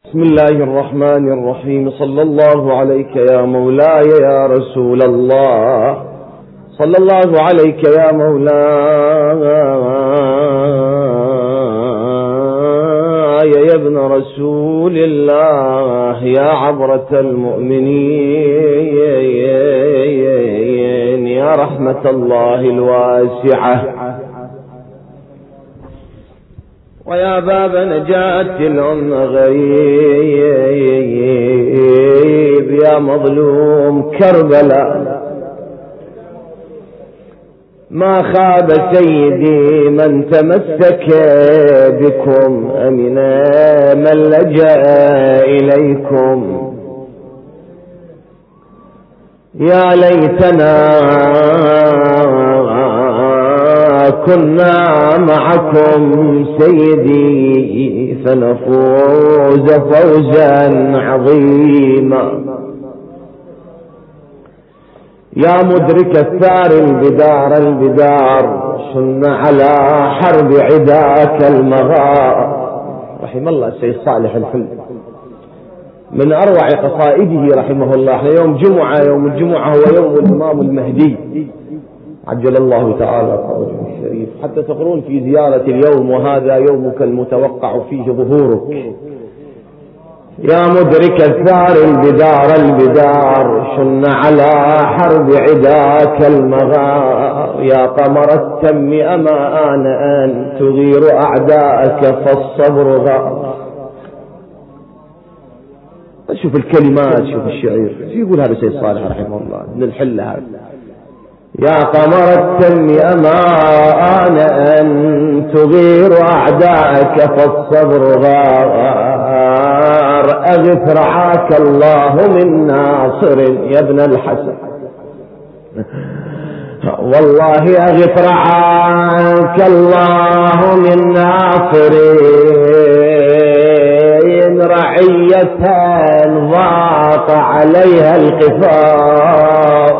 بسم الله الرحمن الرحيم. صلى الله عليك يا مولاي يا رسول الله، صلى الله عليك يا مولاي يا ابن رسول الله، يا عبرة المؤمنين، يا رحمة الله الواسعة، ويا باب نجاة الأمة غريب، يا مظلوم كربلاء. ما خاب سيدي من تمسك بكم، أمنا من لجأ إليكم. يا ليتنا كنا معكم سيدي فنفوز فوزا عظيما. يا مدرك الثار البدار شن على حرب عداك المغار. رحم الله السيد صالح الحلي، من أروع قصائده رحمه الله. احنا يوم الجمعة هو يوم الإمام المهدي عجل الله تعالى فرجه الشريف، حتى تقرون في زيارة اليوم وهذا يومك المتوقع فيه ظهورك. يا مدرك الثار البدار شن على حرب عداك المغار. يا قمر التم أما آن أن تغير أعداءك فالصبر غار. شوف الكلمات، شوف الشعير، يقول هذا سيد صالح رحمه الله من الحل هذا. يا قمر التم أما آن أن تغير أعداءك فالصبر غار. أغث رعاك الله من ناصر يا ابن الحسن، والله أغث رعاك الله من ناصر. رعية ضاق عليها القفار،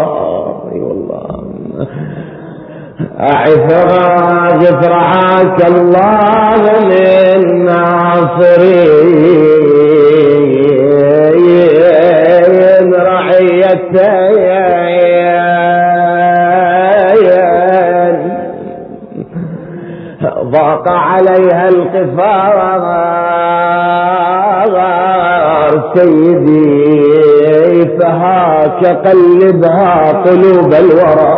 أغث رعاك الله من ناصرين. رعيتين ضاق عليها القفار سيدي، فهاك قلبها قلوب الورى،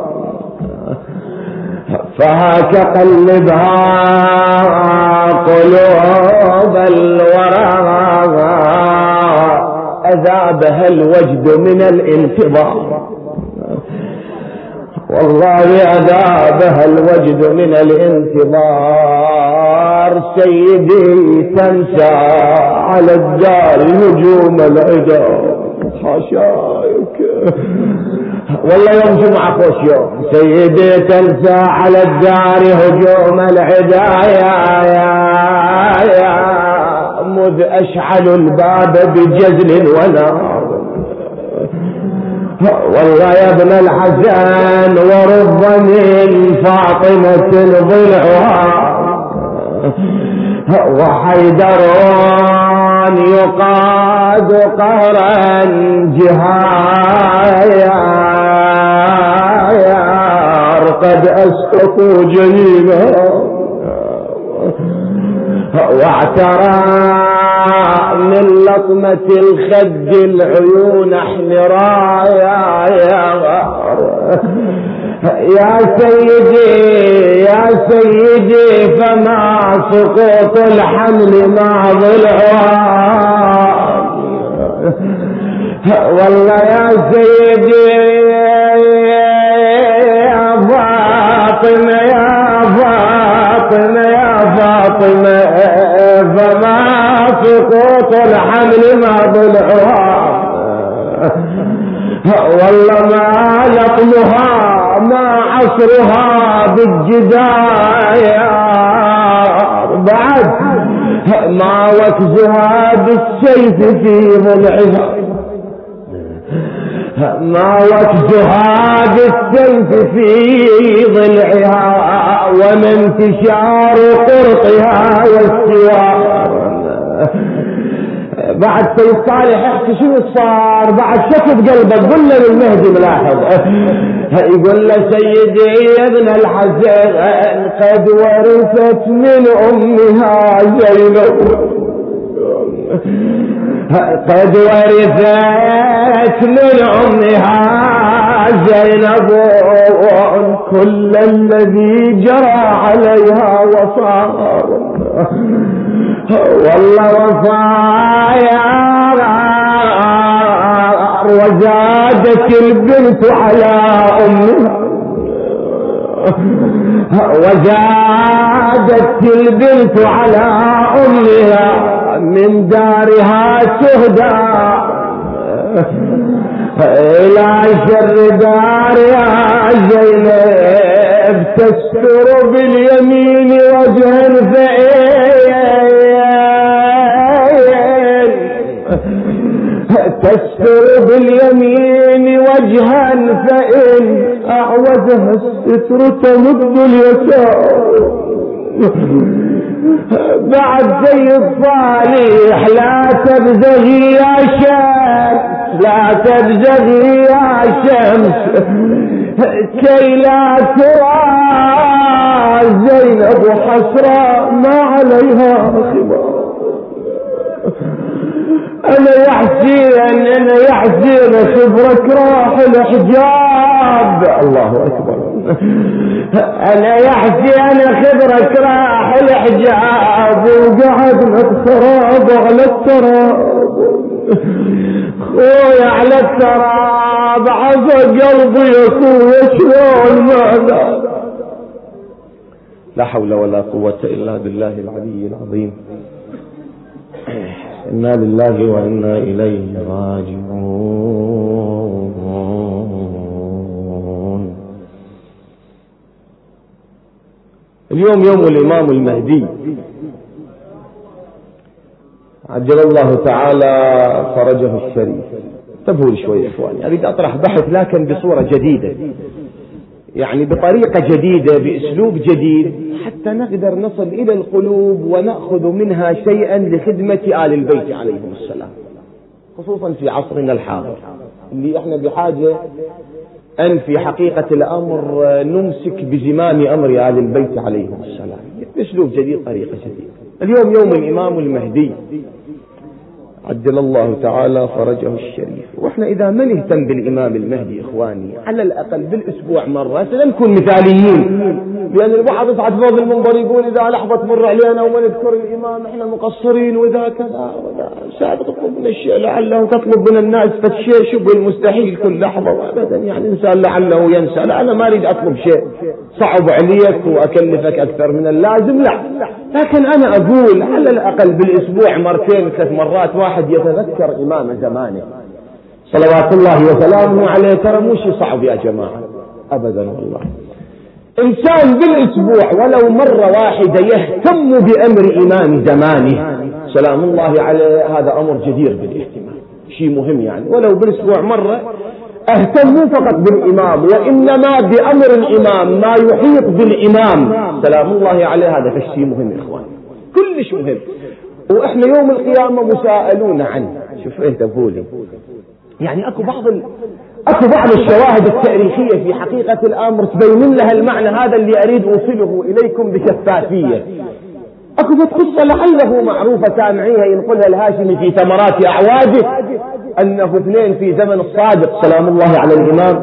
فهاك قلبها قلوب الورى. أذابها الوجد من الانتظار، والله أذابها الوجد من الانتظار. سيدي تنسى على الدار هجوم العدا، حاشاك والله يوم جمعة خوش يوم. سيدي تنسى على الدار هجوم العدا، يا مذ أشعل الباب بجزل ونار. والله يا ابن الحسن ورب من فاطمة ضلعها، وحيدر يقاد قهرا جهايار. قد أسقطوا جنيبا واعترى من لطمة الخد العيون احمرا. يا سيدي فما سقوط الحمل مع ضلعها. والله يا سيدي يا فاطمة فما سقوط الحمل مع ضلعها. والله ما لطمها ما عصرها بالجدار، بعد ما وكزها بالسيف في ضلعها، ما وكزها بالسيف في ضلعها. ومن انتشار قرطها والسوار بعد سيد صالح احكي شنو صار بعد شكت قلبك. قل له للمهدي ملاحظ يقول له سيدي يا ابن الحسن قد ورثت من امها زينب، قد ورثت من امها زينب كل الذي جرى عليها وصار، والله وصايا وزادت البنت على امها، وزادت البنت على امها من دارها تهدى الى شر دار يا زينب، تستر باليمين وجه تستر باليمين وجها فإن أعوذها الستر تمد اليسار. بعد سيد صالح لا تبزغي يا شمس، لا تبزغي يا شمس كي لا ترى زينب حسرة ما عليها خبار. أنا يا حسين خبرك راح الحجاب، الله أكبر. أنا يا حسين خبرك راح الحجاب وقعدنا التراب على التراب، خويا على التراب عصى قلبي يا خويا شلون ماذا. لا حول ولا قوة إلا بالله العلي العظيم. إنا لله وإنا إليه راجعون. اليوم يوم الإمام المهدي عجل الله تعالى فرجه الشريف. انتبهوا لي شوي يا إخواني، أريد أطرح بحث لكن بصورة جديدة، يعني بطريقة جديدة بأسلوب جديد حتى نقدر نصل إلى القلوب ونأخذ منها شيئا لخدمة آل البيت عليهم السلام، خصوصا في عصرنا الحاضر اللي احنا بحاجة أن في حقيقة الأمر نمسك بزمام أمر آل البيت عليهم السلام بأسلوب جديد، طريقة جديدة. اليوم يوم الإمام المهدي عجل الله تعالى فرجه الشريف، واحنا اذا ما نهتم بالامام المهدي اخواني على الاقل بالاسبوع مرة سنكون مثاليين، لان البعض يصعد فوق المنبر يقول اذا لحظة تمر علينا وما نذكر الامام احنا مقصرين واذا كذا وذا، ساعات تطلب من الشيء لعله تطلب من الناس فالشيء شبه المستحيل كل لحظة، وابدا يعني الانسان لعله ينسى. لا انا ما اريد اطلب شيء صعب عليك واكلفك اكثر من اللازم، لا، لكن انا اقول على الاقل بالاسبوع مرتين 3 مرات واحد يتذكر امام زمانه صلوات الله وسلامه عليه. ترى مو شيء صعب يا جماعة ابدا والله. انسان بالاسبوع ولو مرة واحدة يهتم بامر امام زمانه سلام الله عليه، هذا امر جدير بالاهتمام، شيء مهم يعني. ولو بالاسبوع مرة اهتم مو فقط بالامام وانما بامر الامام ما يحيط بالامام سلام الله عليه، هذا شيء مهم يا اخوان، كلش مهم. واحنا يوم القيامة مسائلون عنه. شوف ايه تقولي يعني اكو بعض الشواهد التاريخية في حقيقة الامر تبين لها المعنى هذا اللي اريد اوصله اليكم بشفافية. اكو قصة لعله معروفة سامعيها ينقلها الهاشمي في ثمرات اعواده، انه 2 في زمن الصادق سلام الله على الامام،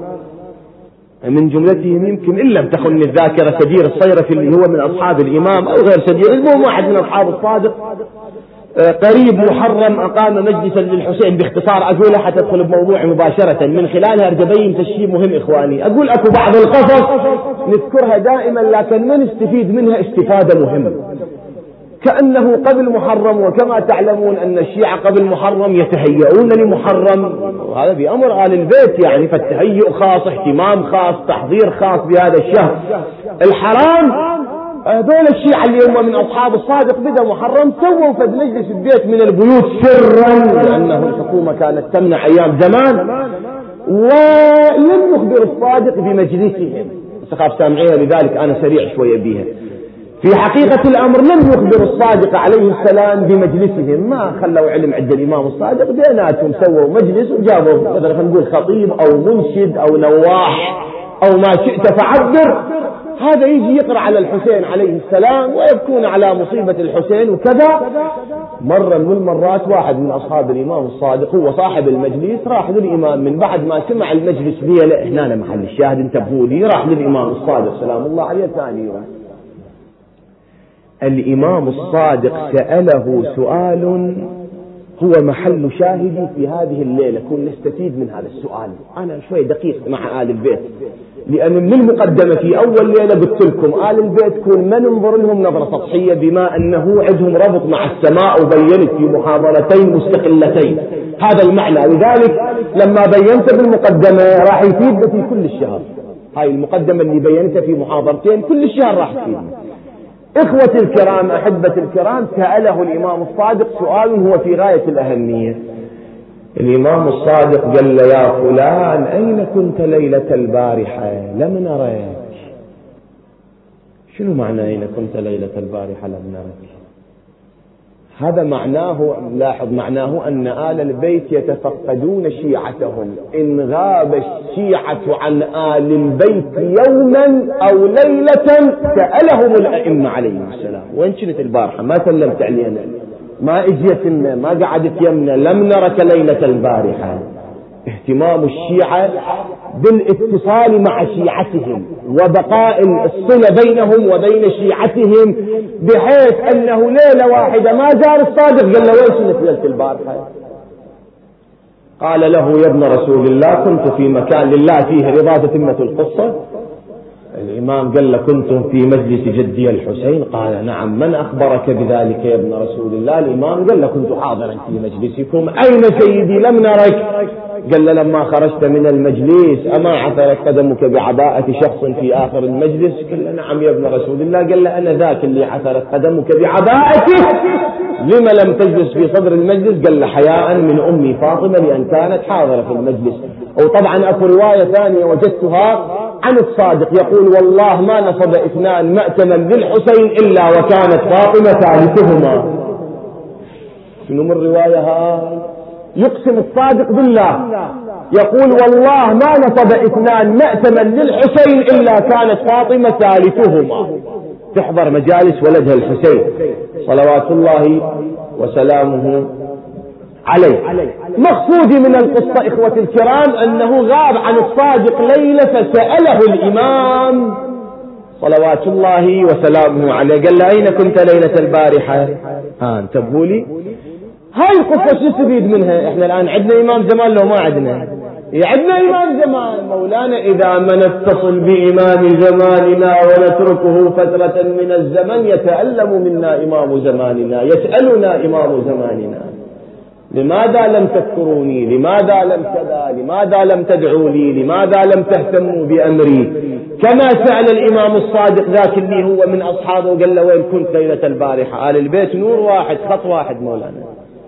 من جملتهم يمكن إن لم تخن الذاكرة سدير الصيرفي اللي هو من أصحاب الإمام أو غير سدير، المهم واحد من أصحاب الصادق قريب محرم أقام مجلسا للحسين، باختصار أقولها حتى تدخل بموضوع مباشرة من خلالها أرجبين تشيء مهم إخواني. أقول أكو بعض القصص نذكرها دائما لكن ما نستفيد منها استفادة مهمة، كأنه قبل محرم، وكما تعلمون أن الشيعة قبل محرم يتهيئون لمحرم، وهذا بأمر آل البيت يعني، فالتهيئ خاص، اهتمام خاص، تحضير خاص بهذا الشهر الحرام. هذول الشيعة اللي هم من أصحاب الصادق بدأ محرم سووا فد مجلس البيت من البيوت سرا، لأنه الحكومة كانت تمنع أيام زمان، ولم يخبر الصادق بمجلسهم. ثقافة سامعية لذلك أنا سريع شوية بيها. في حقيقة الأمر لم يخبر الصادق عليه السلام بمجلسهم، ما خلوا علم عند الإمام الصادق، بيناتهم سووا مجلس وجابوا مثلا خلينا نقول خطيب أو منشد أو نواح أو ما شئت فعبر، هذا يجي يقرأ على الحسين عليه السلام ويبكون على مصيبة الحسين وكذا. مرة من المرات واحد من أصحاب الإمام الصادق هو صاحب المجلس راح للإمام من بعد ما سمع المجلس ليه هنا محل الشاهد انتبهوا لي، راح للإمام الصادق سلام الله عليه ثاني يوم. الإمام الصادق سأله سؤال هو محل شاهدي في هذه الليلة، كن نستفيد من هذا السؤال. أنا شوي دقيق مع آل البيت، لأن من المقدمة في أول ليلة قلت لكم آل البيت كل ما ننظر لهم نظرة سطحية بما أنه عندهم ربط مع السماء، وبينت في محاضرتين مستقلتين هذا المعنى، لذلك لما بينت بالمقدمة راح يفيد في كل الشهر. هاي المقدمة اللي بينتها في محاضرتين كل الشهر راح تفيد. إخوة الكرام أحبة الكرام، سأله الإمام الصادق سؤال هو في غاية الأهمية. الإمام الصادق قال له يا فلان أين كنت ليلة البارحة لم نرك؟ شنو معنى أين كنت ليلة البارحة لم نرك؟ هذا معناه، لاحظ معناه أن آل البيت يتفقدون شيعتهم. إن غاب الشيعة عن آل البيت يوما أو ليلة سألهم الأئمة عليهم السلام وين كنت البارحة؟ ما سلمت علينا، ما اجيت لنا، ما قعدت يمنا، لم نرك ليلة البارحة. اهتمام الشيعة بالاتصال مع شيعتهم وبقاء الصلة بينهم وبين شيعتهم، بحيث أنه ليلة واحدة ما زار الصادق قال له وين كنت ليلة البارحة؟ قال له يا ابن رسول الله كنت في مكان لله فيه رضا، تتمة القصة. الإمام قال له كنتم في مجلس جدي الحسين؟ قال نعم. من أخبرك بذلك يا ابن رسول الله؟ الإمام قال له كنت حاضرا في مجلسكم. أين سيدي لم نرك؟ قال له لما خرجت من المجلس أما عثرت قدمك بعباءة شخص في آخر المجلس؟ قال له نعم يا ابن رسول الله. قال له أنا ذاك اللي عثرت قدمك بعباءته. لما لم تجلس في صدر المجلس؟ قال له حياء من أمي فاطمة لأن كانت حاضرة في المجلس. وطبعا أكو رواية ثانية وجدتها عن الصادق يقول والله ما نصب اثنان مأتما للحسين إلا وكانت فاطمة ثالثهما. شنو من الرواية هاي؟ يقسم الصادق بالله يقول والله ما نصب اثنان مأتما للحسين إلا كانت فاطمة ثالثهما. تحضر مجالس ولدها الحسين صلوات الله وسلامه عليه. مقصودي من القصة إخوة الكرام أنه غاب عن الصادق ليلة فسأله الإمام صلوات الله وسلامه عليه قال له أين كنت ليلة البارحة؟ انتبهوا لي، هاي القصة شو تفيد منها؟ احنا الآن عندنا إمام زمان لو ما عندنا؟ عندنا إمام زمان مولانا. إذا ما نتصل بإمام زماننا ونتركه فترة من الزمن يتألم منا إمام زماننا، يسألنا إمام زماننا لماذا لم تذكروني؟ لماذا لم كذا؟ لماذا لم تدعوا لي؟ لماذا لم تهتموا بأمري؟ كما سأل الإمام الصادق ذاك اللي هو من أصحابه قال له وين كنت ليلة البارحة؟ آل البيت نور واحد خط واحد مولانا.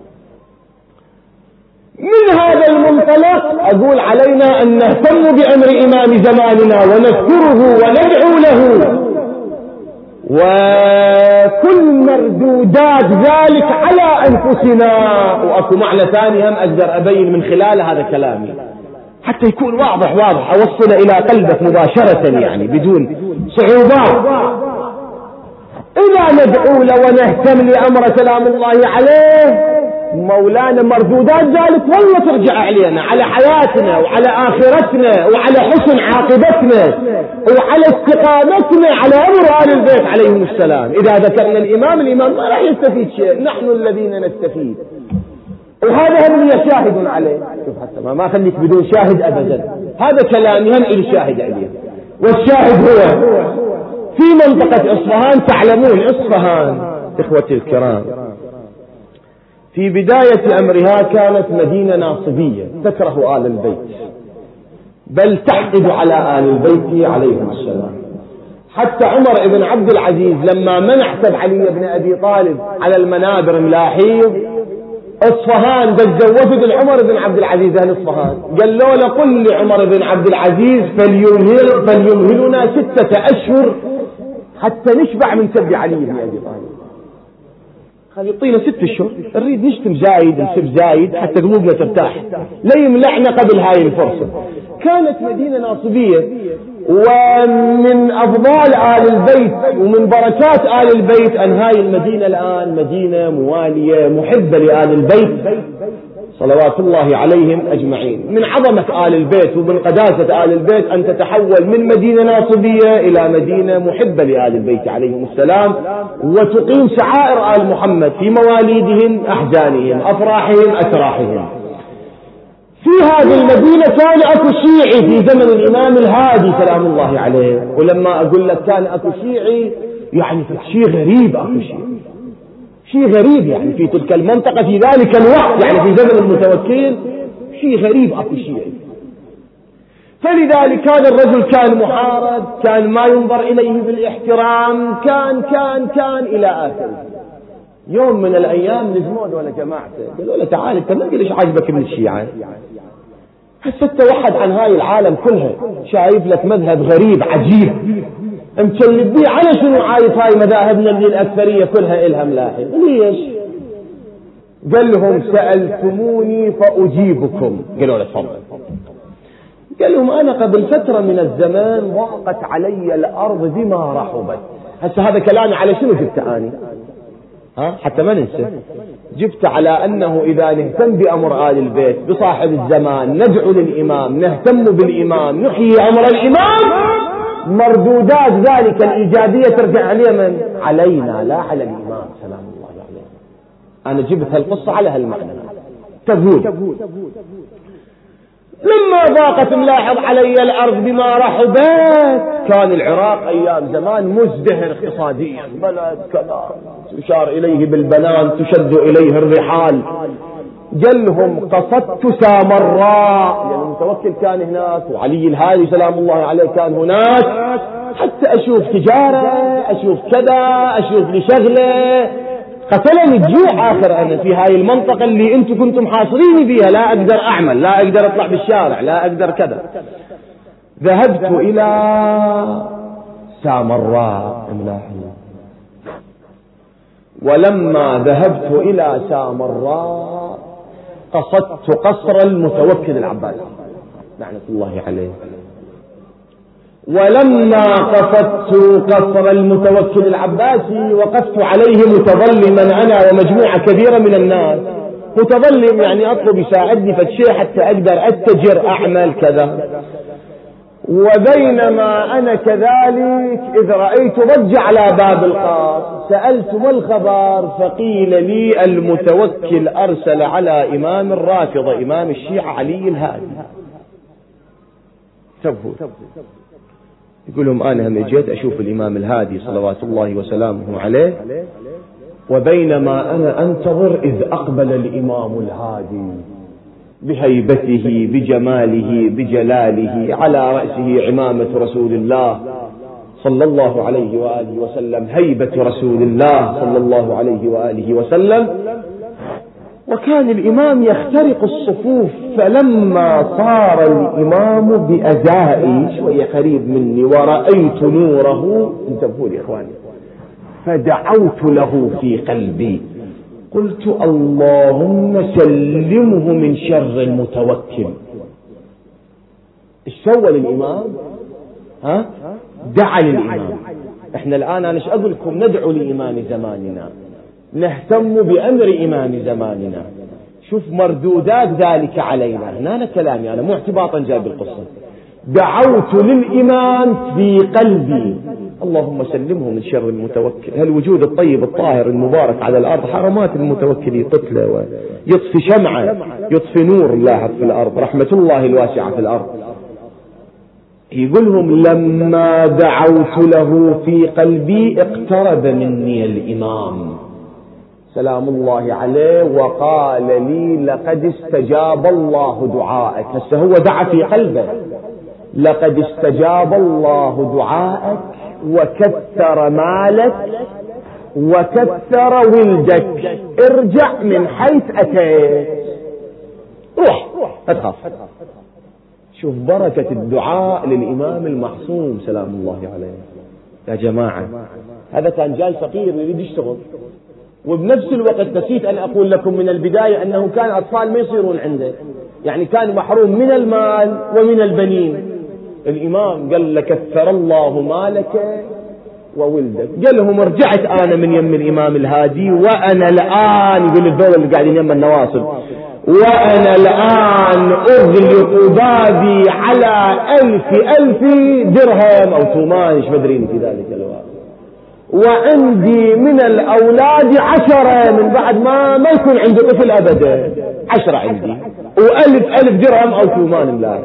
من هذا المنطلق أقول علينا أن نهتم بأمر إمام زماننا ونذكره وندعو له، وكل مردودات ذلك على أنفسنا. وأكو معنى ثاني هم أقدر أبين من خلال هذا كلامي حتى يكون واضح أوصل إلى قلبك مباشرة يعني بدون صعوبات. إذا ندعو له ونهتم لأمر سلام الله عليه مولانا مردودات ذلك والله ترجع علينا، على حياتنا وعلى آخرتنا وعلى حسن عاقبتنا وعلى استقامتنا على أمر آل البيت عليهم السلام. إذا ذكرنا الإمام ما راح يستفيد شيء، نحن الذين نستفيد. وهذا هم اللي شاهد عليه. شوف حتى ما خليك بدون شاهد أبدا، هذا كلامي هم اللي شاهد عليه. والشاهد هو في منطقة إصفهان. تعلمون إصفهان إخوتي الكرام في بداية أمرها كانت مدينة ناصبية تكره آل البيت، بل تحقد على آل البيت عليهم السلام. حتى عمر بن عبد العزيز لما منع علي بن أبي طالب على المنابر ملاحيظ اصفهان دز وفد العمر بن عبد العزيز أهل اصفهان قال له لقل لعمر بن عبد العزيز فليمهلنا 6 أشهر حتى نشبع من سب علي بن أبي طالب. خلي يعطينا 6 أشهر نريد نشتم زايد نسب زايد حتى قلوبنا ترتاح، لا يملعنا قبل هاي الفرصة. كانت مدينة ناصبية، ومن أفضال آل البيت ومن بركات آل البيت أن هاي المدينة الآن مدينة موالية محبة لآل البيت صلوات الله عليهم أجمعين. من عظمة آل البيت ومن قداسة آل البيت أن تتحول من مدينة ناصبية إلى مدينة محبة لآل البيت عليهم السلام، وتقيم شعائر آل محمد في مواليدهم، أحزانهم، أفراحهم، أتراحهم. في هذه المدينة كان أكو شيعي في زمن الإمام الهادي سلام الله عليه. ولما أقول لك كان أكو شيعي يعني شيء غريب، أكو شيء غريب يعني في تلك المنطقة في ذلك الوقت، يعني في زمن المتوكل شيء غريب أكو شيعي. فلذلك هذا الرجل كان محارب، كان ما ينظر إليه بالاحترام، كان إلى آخره. يوم من الأيام نزمون ولا جماعته قالوا له تعال انت ما قلش عاجبك من الشيعة، هسه توحد عن هاي العالم كلها، شايف لك مذهب غريب عجيب مكلب بيه، على شنو عايز هاي مذاهبنا اللي الأكثرية كلها إلها ملاحظ؟ ليش؟ قال لهم سألتموني فأجيبكم. قالوا له تفضل. قال لهم أنا قبل فترة من الزمان ضاقت علي الأرض بما رحبت. هسه هذا كلامي على شنو جبت أني؟ حتى ما ننسى، جبت على أنه إذا نهتم بأمر آل البيت بصاحب الزمان ندعو للإمام، نهتم بالإمام، نحيي أمر الإمام، مردودات ذلك الإيجابية ترجع عليه من؟ علينا لا على الإمام سلام الله عليه. أنا جبت هالقصة على هالمعنى. تقول لما ضاقت ملاحظ علي الأرض بما رحبت، كان العراق أيام زمان مزدهر اقتصاديا، بلد كذا يشار إليه بالبنان تشد إليه الرحال. جلهم قصدت سامراء، يعني المتوكل كان هناك وعلي الهادي سلام الله عليه كان هناك، حتى أشوف تجارة، أشوف كذا، أشوف لي شغلة. قتلني الجوع آخر أنا في هاي المنطقة اللي أنتم كنتم حاصريني فيها، لا أقدر أعمل، لا أقدر أطلع بالشارع، لا أقدر كذا. ذهبت إلى سامراء، ولما ذهبت إلى سامراء قصدت قصر المتوكل العباسي لعنة الله عليه. ولما قصدت قصر المتوكل العباسي وقفت عليه متظلما أنا ومجموعة كبيرة من الناس، متظلم يعني أطلب يساعدني فالشيء حتى أقدر أتجر أعمل كذا. وبينما أنا كذلك إذ رأيت ضجة على باب القصر، سألت ما الخبر؟ فقيل لي المتوكل أرسل على إمام الرافضة إمام الشيعة علي الهادي. يقول لهم أنا هم جيت أشوف الإمام الهادي صلوات الله وسلامه عليه، وبينما أنا أنتظر إذ أقبل الإمام الهادي بهيبته بجماله بجلاله، على رأسه عمامة رسول الله صلى الله عليه وآله وسلم، هيبة رسول الله صلى الله عليه وآله وسلم. وكان الإمام يخترق الصفوف، فلما صار الإمام بأزائي شوية قريب مني ورأيت نوره، انتبهوا لي إخواني، فدعوت له في قلبي، قلت اللهم سلمه من شر المتوكل. ايش سوى للإمام؟ دعا للإمام. احنا الآن أنا اقول لكم ندعو لإمام زماننا، نهتم بأمر إمام زماننا. شوف مردودات ذلك علينا. هنا أنا كلامي أنا مو اعتباطا جايب القصة. دعوت للإمام في قلبي اللهم سلمه من شر المتوكل. هالوجود الطيب الطاهر المبارك على الأرض، حرمات المتوكل يقتله ويطفي شمعة، يطفي نور الله في الأرض، رحمة الله الواسعة في الأرض. يقولهم لما دعوت له في قلبي اقترب مني الإمام سلام الله عليه وقال لي لقد استجاب الله دعائك. هسه هو دعا في قلبه، لقد استجاب الله دعائك وكثر مالك وكثر ولدك، ارجع من حيث أتيت، روح لا تخاف. شوف بركة الدعاء للإمام المعصوم سلام الله عليه. يا جماعة هذا كان جاي فقير يريد يشتغل، وبنفس الوقت نسيت أن أقول لكم من البداية أنه كان أطفال ما يصيرون عنده، يعني كان محروم من المال ومن البنين. الإمام قال لك كثر الله مالك وولدك، قال لهم رجعت أنا من يم الإمام الهادي وأنا الآن، يقول الدولة اللي قاعدين يم النواصب، وأنا الآن أغلق بابي على 1000 درهم أو تومان ايش مدرين في ذلك الوقت، وعندي من الأولاد 10 من بعد ما يكون عندي طفل أبدا، 10 عندي، و1000 درهم أو تومان ملاك،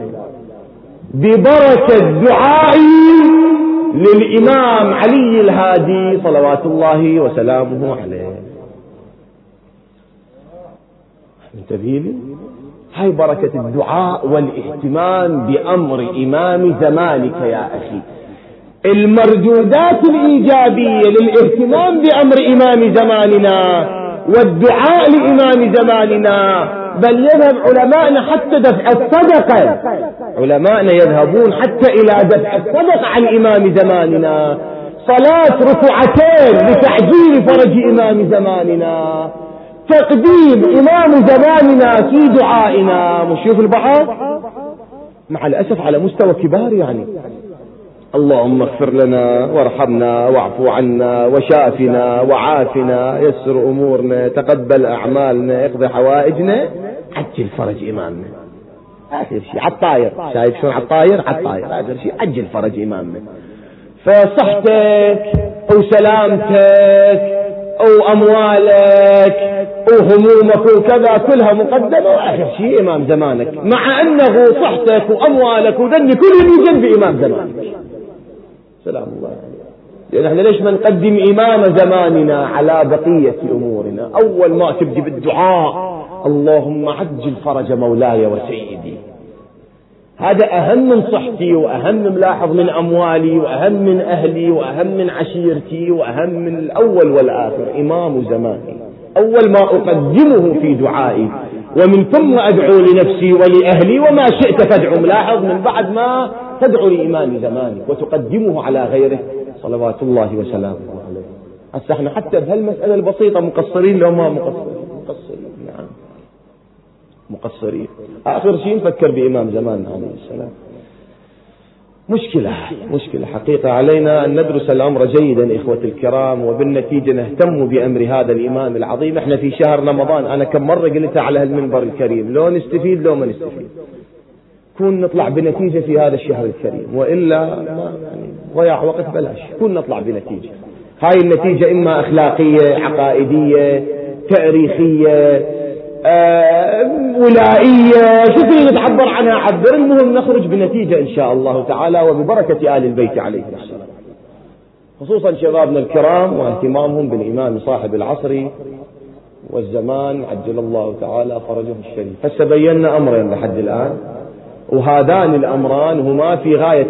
ببركة دعائي للإمام علي الهادي صلوات الله وسلامه عليه. انتبهي لي، هاي بركة الدعاء والاهتمام بأمر إمام زمانك يا أخي. المردودات الإيجابية للاهتمام بأمر إمام زماننا والدعاء لإمام زماننا، بل يذهب علماءنا حتى دفع الصدقة، علماءنا يذهبون حتى إلى دفع الصدقة عن إمام زماننا، صلاة ركعتين لتعجيل فرج إمام زماننا، تقديم إمام زماننا في دعائنا. مشيوف البعض مع الأسف على مستوى كبار، يعني اللهم اغفر لنا وارحمنا واعفو عنا وشافنا وعافنا، يسر أمورنا، تقبل أعمالنا، اقضي حوائجنا، عجل فرج إمامنا. آخر شيء عالطاير، شايف شلون عالطاير؟ آخر شيء عجل فرج إمامنا. فصحتك أو سلامتك أو أموالك أو همومك وكذا كلها مقدمة، وآخر شيء إمام زمانك، مع أنه صحتك وأموالك وذني كلهم يجن بإمام زمانك. سلام الله عليه. لأن احنا ليش ما نقدم إمام زماننا على بقية أمورنا؟ أول ما تبدي بالدعاء اللهم عجل فرج مولاي وسيدي، هذا أهم من صحتي وأهم ملاحظ من أموالي وأهم من أهلي وأهم من عشيرتي وأهم من الأول والآخر. إمام زماني أول ما أقدمه في دعائي، ومن ثم أدعو لنفسي ولأهلي وما شئت فادعو. ملاحظ من بعد ما تدعو لإمام زمانك وتقدمه على غيره صلوات الله وسلامه عليه. هسه احنا حتى بهالمسألة البسيطة مقصرين لو ما مقصرين، نعم مقصرين. آخر شيء نفكر بإمام زماننا عليه السلام. مشكلة حقيقة. علينا أن ندرس الأمر جيدا إخوة الكرام، وبالنتيجة نهتم بأمر هذا الإمام العظيم. احنا في شهر رمضان، أنا كم مرة قلتها على هالمنبر الكريم، لو نستفيد لو ما نستفيد، كون نطلع بنتيجة في هذا الشهر الكريم، وإلا يعني ضياع وقت بلاش. كون نطلع بنتيجة، هاي النتيجة إما أخلاقية، عقائدية، تاريخية، ولائية، شو في نتعبر عنها عبر، المهم نخرج بنتيجة إن شاء الله تعالى وببركة آل البيت عليه السلام، خصوصا شبابنا الكرام واهتمامهم بالإمام صاحب العصر والزمان عجل الله تعالى فرجه الشريف. فسبينا أمرين لحد الآن، وهذان الأمران هما في غاية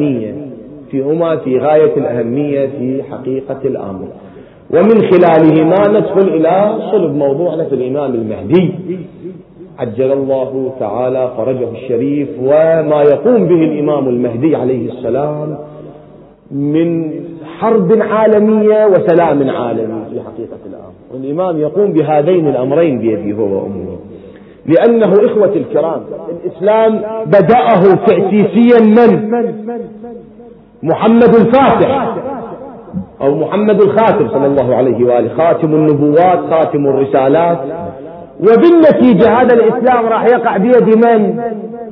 الأهمية في حقيقة الأمر، ومن خلالهما ندخل إلى صلب موضوعنا في الإمام المهدي عجل الله تعالى فرجه الشريف، وما يقوم به الإمام المهدي عليه السلام من حرب عالمية وسلام عالمي في حقيقة الأمر. والإمام يقوم بهذين الأمرين بيده هو وأمه، لأنه إخوة الكرام الإسلام بدأه تأسيسيا من محمد الفاتح أو محمد الخاتم صلى الله عليه وآله، خاتم النبوات، خاتم الرسالات، وبالنتيجة هذا الإسلام راح يقع بيد من؟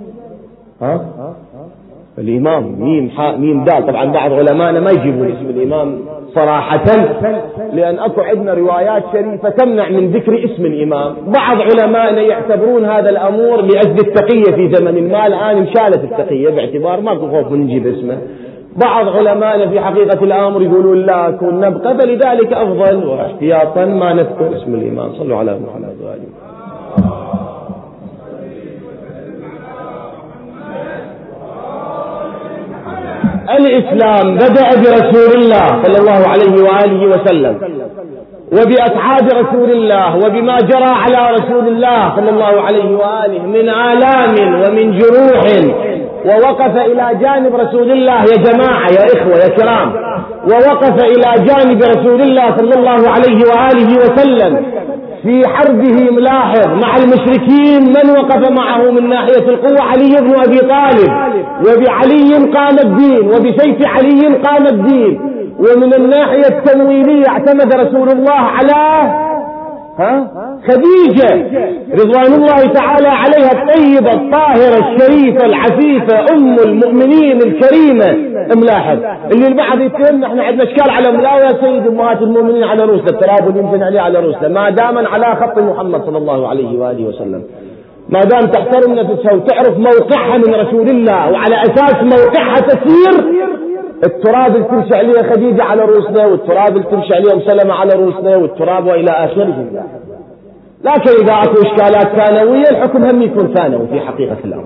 الإمام. ميم حاء ميم دال. طبعا بعض علماءنا ما يجيبون اسم الإمام صراحة، لأن أكو عندنا روايات شريفة تمنع من ذكر اسم الإمام. بعض علماءنا يعتبرون هذا الأمور لأجل التقية في زمن ما، الآن انشالت التقية باعتبار ماكو خوف من نجيب اسمه. بعض علماءنا في حقيقة الأمر يقولون لا كون نبقى، فلذلك أفضل واحتياطا ما نذكر اسم الإمام. صلوا على محمد وآله. الإسلام بدأ برسول الله صلى الله عليه وآله وسلم، وبأصحاب رسول الله، وبما جرى على رسول الله صلى الله عليه وآله من آلام ومن جروح ووقف إلى جانب رسول الله. يا جماعة يا إخوة يا كرام، ووقف إلى جانب رسول الله صلى الله عليه وآله وسلم في حربه. ملاحظ مع المشركين من وقف معه من ناحية القوة؟ علي بن أبي طالب، وبعلي قام الدين، وبسيف علي قام الدين. ومن الناحية التمويلية اعتمد رسول الله على خديجة رضوان الله تعالى عليها، الطيبة الطاهرة الشريفة العفيفة أم المؤمنين الكريمة. ملاحظ اللي البعض يتهم احنا عندنا اشكال على لا يا سيد امهات المؤمنين على رؤوسنا، التراب يمكن عليه على رؤوسنا ما دام على خط محمد صلى الله عليه وآله وسلم، ما دام تحترم نفسها وتعرف موقعها من رسول الله، وعلى أساس موقعها تسير. التراب اللي تمشي عليه خديجة على رؤوسنا، والتراب اللي تمشي عليه أم سلمة على رؤوسنا، والتراب وإلى آخره. لكن إذا أكو إشكالات ثانوية الحكم هم يكون ثانوي في حقيقة الأمر.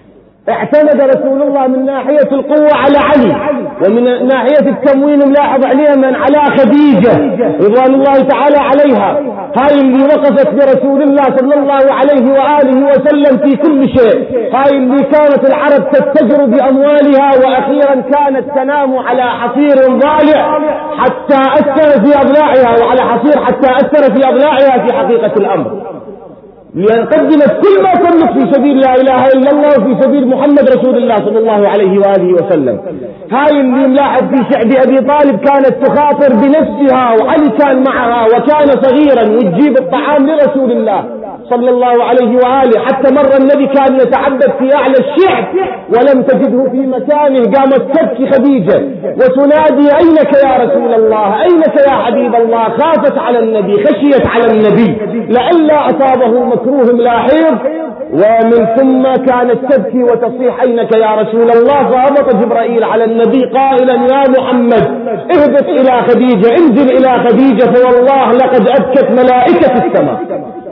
اعتمد رسول الله من ناحية القوة على علي، ومن ناحية التموين ملاحظ عليها من على خديجة رضوان الله تعالى عليها. هاي اللي وقفت برسول الله صلى الله عليه وآله وسلم في كل شيء. هاي اللي كانت العرب تتجر بأموالها، وأخيرا كانت تنام على حصير ضالع حتى أثر في أضلاعها، وعلى حصير حتى أثر في أضلاعها في حقيقة الأمر، لأن قدمت كل ما تملك في سبيل لا إله إلا الله وفي سبيل محمد رسول الله صلى الله عليه وآله وسلم. هاي اللي ملاحظ في شعب أبي طالب كانت تخاطر بنفسها، وعلي كان معها وكان صغيرا، وتجيب الطعام لرسول الله صلى الله عليه وآله. حتى مرة النبي كان يتعبد في أعلى الشعب ولم تجده في مكانه، قامت تبكي خديجة وتنادي أينك يا رسول الله، أينك يا حبيب الله. خافت على النبي، خشيت على النبي لئلا أصابه مكروه لاحظ. ومن ثم كانت تبكي وتصيح أينك يا رسول الله. فهبط جبرائيل على النبي قائلا يا محمد اهبط إلى خديجة، انزل إلى خديجة، فوالله لقد أبكت ملائكة السماء.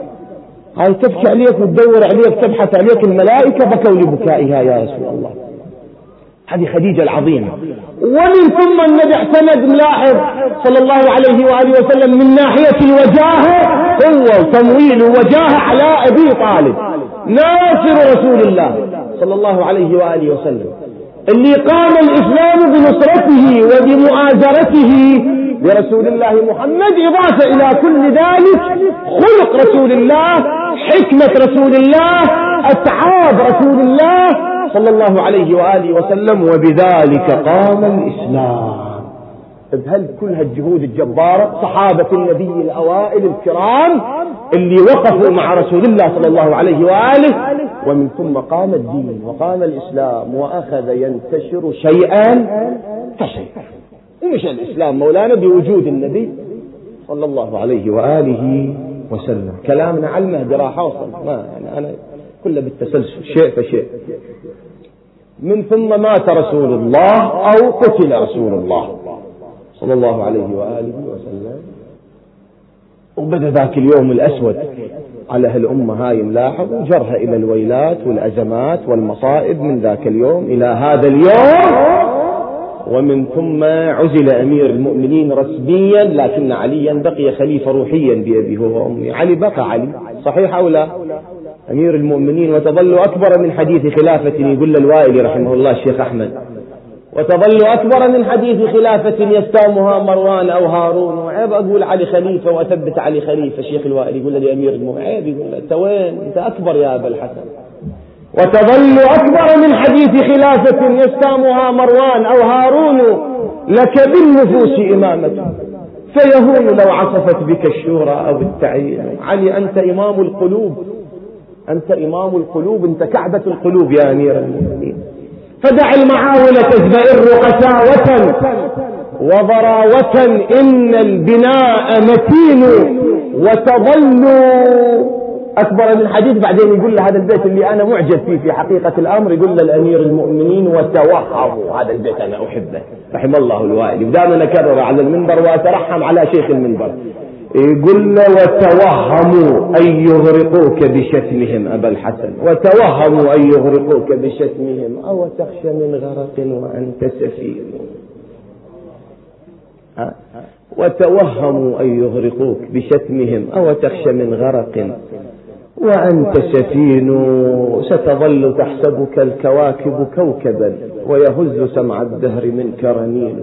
هاي تبكي عليك وتدور عليك تبحث عليك، الملائكة بكوا لبكائها يا رسول الله. هذه خديجة العظيمة. ومن ثم النبي اعتمد ملاحظ صلى الله عليه وآله وسلم من ناحية الوجاهة، قوة وتمويل ووجاهة على أبي طالب ناصر رسول الله صلى الله عليه وآله وسلم، اللي قام الإسلام بنصرته وبمؤازرته لرسول الله محمد. إضافة إلى كل ذلك خلق رسول الله، حكمة رسول الله، أتعاب رسول الله صلى الله عليه وآله وسلم، وبذلك قام الإسلام. بهل كل هالجهود الجبارة صحابة النبي الأوائل الكرام اللي وقفوا مع رسول الله صلى الله عليه وآله، ومن ثم قام الدين وقام الإسلام وأخذ ينتشر شيئا فشيئا. ومش الإسلام مولانا بوجود النبي صلى الله عليه وآله وسلم. كلامنا على المهدي راح أوصل، ما يعني أنا كله بالتسلسل شيء فشيء. من ثم مات رسول الله أو قتل رسول الله صلى الله عليه وآله وسلم، وبدأ ذاك اليوم الأسود على هالأمة هاي ملاحظ، وجرها إلى الويلات والأزمات والمصائب من ذاك اليوم إلى هذا اليوم. ومن ثم عزل أمير المؤمنين رسميا، لكن عليا بقي خليفة روحيا بأبيه وأمي. علي بقى علي، صحيح أو لا؟ أمير المؤمنين، وتظل أكبر من حديث خلافة، يقول الوائلي رحمه الله الشيخ أحمد، وتظل أكبر من حديث خلافة يستامها مروان أو هارون. وعيب أقول علي خليفة وأثبت علي خليفة. الشيخ الوائلي يقول لي أمير المؤمنين، عيب يقول له أنت وين؟ أنت أكبر يا أبا الحسن. وتظل أكبر من حديث خلافة يستامها مروان أو هارون، لك بالنفوس إمامة فيهون لو عصفت بك الشورى أو التعيين. علي أنت إمام القلوب، أنت إمام القلوب، أنت كعبة القلوب يا أمير المؤمنين. فدع المعاول تزدئر قساوة وضراوة، إن البناء متين. وتظل أكبر من حديث. بعدين يقول له هذا البيت اللي أنا معجب فيه في حقيقة الأمر، يقول له الأمير المؤمنين وتوهموا. هذا البيت أنا أحبه رحم الله الوائلي، ودائما أكرر على المنبر وأترحم على شيخ المنبر. يقول له وتوهموا أن يغرقوك بشتمهم أبا الحسن، وتوهموا أن يغرقوك بشتمهم، أو تخشى من غرق وأنت سفين. وتوهموا أن يغرقوك بشتمهم، أو تخشى من غرق وأنت سفين ستظل تحسبك الكواكب كوكبا ويهز سمع الدهر منك رنين.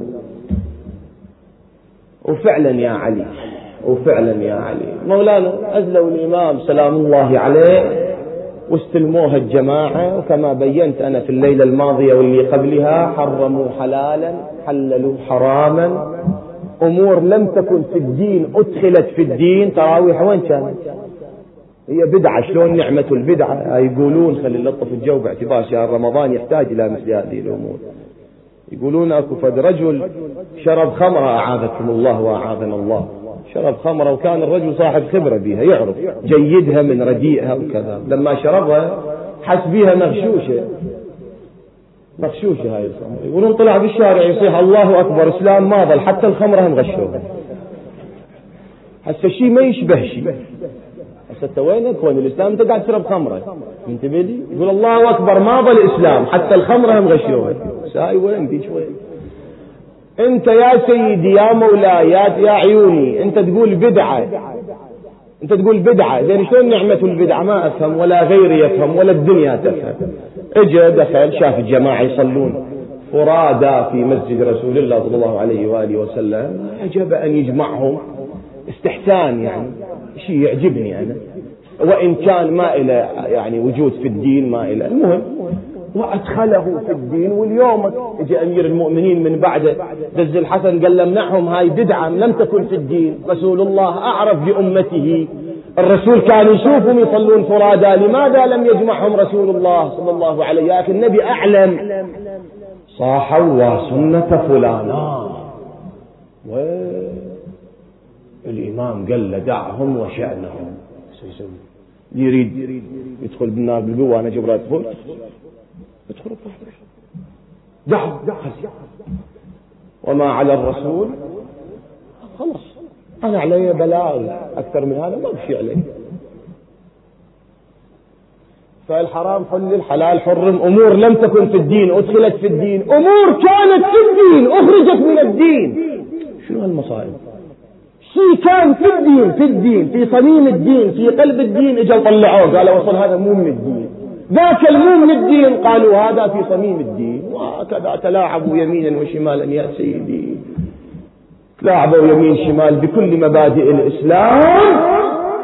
وفعلا يا علي، وفعلا يا علي مولانا أزلوا الإمام سلام الله عليه واستلموها الجماعة، وكما بينت أنا في الليلة الماضية واللي قبلها حرموا حلالا حللوا حراما، أمور لم تكن في الدين أدخلت في الدين. تراويح وين كانت؟ هي بدعة، شلون نعمة البدعة؟ يقولون خلي نلطف الجو باعتبار شهر رمضان يحتاج إلى مثل هذه الأمور. يقولون أكو فد رجل شرب خمرة أعاذكم الله وأعاذنا الله، شرب خمرة وكان الرجل صاحب خبرة بها، يعرف جيدها من رديئها وكذا، لما شربها حس بيها مغشوشة هاي الخمرة. يقولون طلع بالشارع يصيح الله أكبر، إسلام ما ظل حتى الخمرة هم غشوها. هسه شيء ما يشبه شيء. هسه وينك؟ وين الإسلام؟ أنت قاعد تشرب خمرة، انتبه لي. يقول الله أكبر ما ظل إسلام حتى الخمرة هم غشوها. ساي وين ديش وين؟ أنت يا سيدي يا مولاي يا عيوني، أنت تقول بدعة، أنت تقول بدعة، زين شلون نعمة البدعة؟ ما أفهم ولا غيري يفهم ولا الدنيا تفهم. اجى دخل شاف الجماعة يصلون فرادى في مسجد رسول الله صلى الله عليه وآله وسلم، عجب أن يجمعهم، استحسان يعني، شيء يعجبني أنا، وإن كان ما إلى يعني وجود في الدين ما إلى، المهم وأدخله في الدين. واليوم اجى أمير المؤمنين من بعده دز الحسن قال لمنعهم هاي بدعة لم تكن في الدين، رسول الله أعرف بأمته، الرسول كان يشوفهم يصلون فرادى، لماذا لم يجمعهم رسول الله صلى الله عليه؟ يا أخي النبي أعلم. صاحوا سنة فلانا، والإمام قال له دعهم وشأنهم. يريد يدخل بالنار بالقوة، أنا جبرت ادخل دعهم وما على الرسول خلص، أنا علي بلاغ، أكثر من هذا ما بشي علي. فالحرام حل، الحلال حرم، أمور لم تكن في الدين أدخلت في الدين، أمور كانت في الدين أخرجت من الدين. شنو هالمصائب؟ شيء كان في الدين في صميم الدين في قلب الدين، اجوا طلعوه قالوا وصل هذا مو من الدين، ذاك المو من الدين قالوا هذا في صميم الدين. وهكذا تلاعبوا يمينا وشمالا يا سيدي، تلاعبوا يمين شمال بكل مبادئ الإسلام.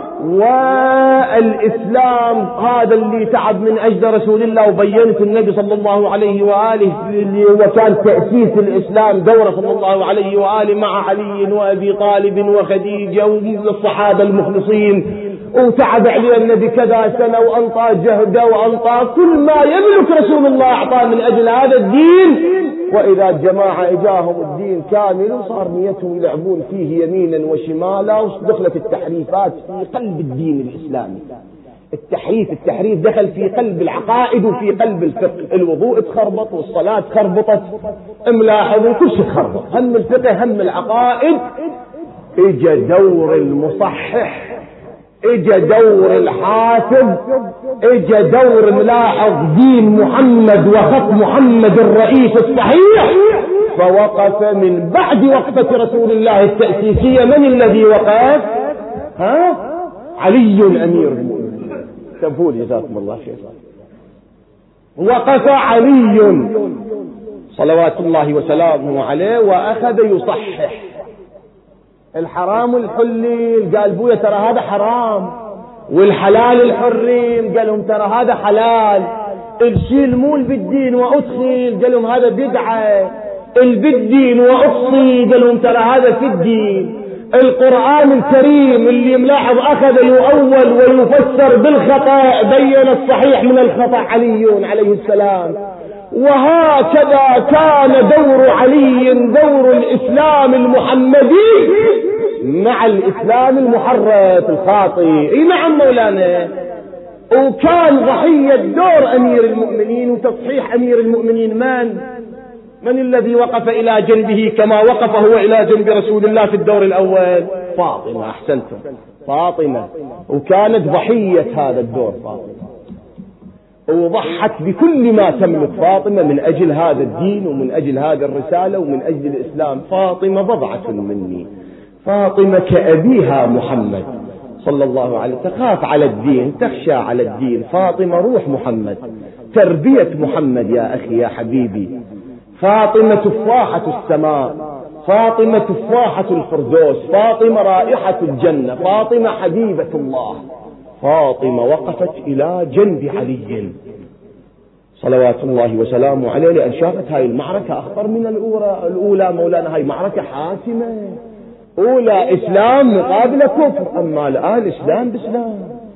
والإسلام هذا اللي تعب من أجل رسول الله، وبينت النبي صلى الله عليه وآله وكان تأسيس الإسلام دوره صلى الله عليه وآله مع علي وأبي طالب وخديجة والصحابة المخلصين، وتعب عليه النبي كذا سنة وأنطى جهده وأنطى كل ما يملك رسول الله أعطاه من أجل هذا الدين. وإذا الجماعة إجاهم الدين كامل وصار نيتهم يلعبون فيه يمينا وشمالا، ودخلت التحريفات في قلب الدين الإسلامي. التحريف دخل في قلب العقائد وفي قلب الفقه، الوضوء تخربط والصلاة خربطت، ملاحظوا كل شيء خربط، هم الفقه هم العقائد. اجا دور المصحح، اجا دور الحافظ، اجا دور ملاحظ دين محمد وخط محمد الرئيس الصحيح، فوقف من بعد وقفة رسول الله التأسيسية. من الذي وقف؟ علي أمير المؤمنين. تفول جزاكم الله خير. وقف علي صلوات الله وسلامه عليه وأخذ يصحح الحرام والحليل، قال بويا ترى هذا حرام، والحلال الحريم قال لهم ترى هذا حلال، الشيء المول بالدين وأدخل قال لهم هذا بدعة، البالدين وأفصي قال لهم ترى هذا في الدين. القرآن الكريم اللي ملاحظ أخذ يؤول ويفسر بالخطأ، بين الصحيح من الخطأ علي عليه السلام. وهكذا كان دور علي دور الإسلام المحمدي مع الإسلام المحرف الخاطئ. نعم مولانا، وكان ضحية دور أمير المؤمنين وتصحيح أمير المؤمنين. من الذي وقف إلى جنبه كما وقف هو إلى جنب رسول الله في الدور الأول؟ فاطمة. أحسنتم، فاطمة. وكانت ضحية هذا الدور فاطمة، وضحت بكل ما تملك فاطمة من أجل هذا الدين ومن أجل هذه الرسالة ومن أجل الإسلام. فاطمة بضعة مني، فاطمة كأبيها محمد صلى الله عليه وسلم، تخاف على الدين، تخشى على الدين. فاطمة روح محمد، تربية محمد يا أخي يا حبيبي. فاطمة تفاحة السماء، فاطمة تفاحة الفردوس، فاطمة رائحة الجنة، فاطمة حبيبة الله. فاطمة وقفت إلى جنب علي صلوات الله وسلامه عليه، لأن شافت هاي المعركة أخطر من الأولى مولانا، هاي معركة حاسمة، أولى إسلام مقابل كفر، أما الآن إسلام بإسلام،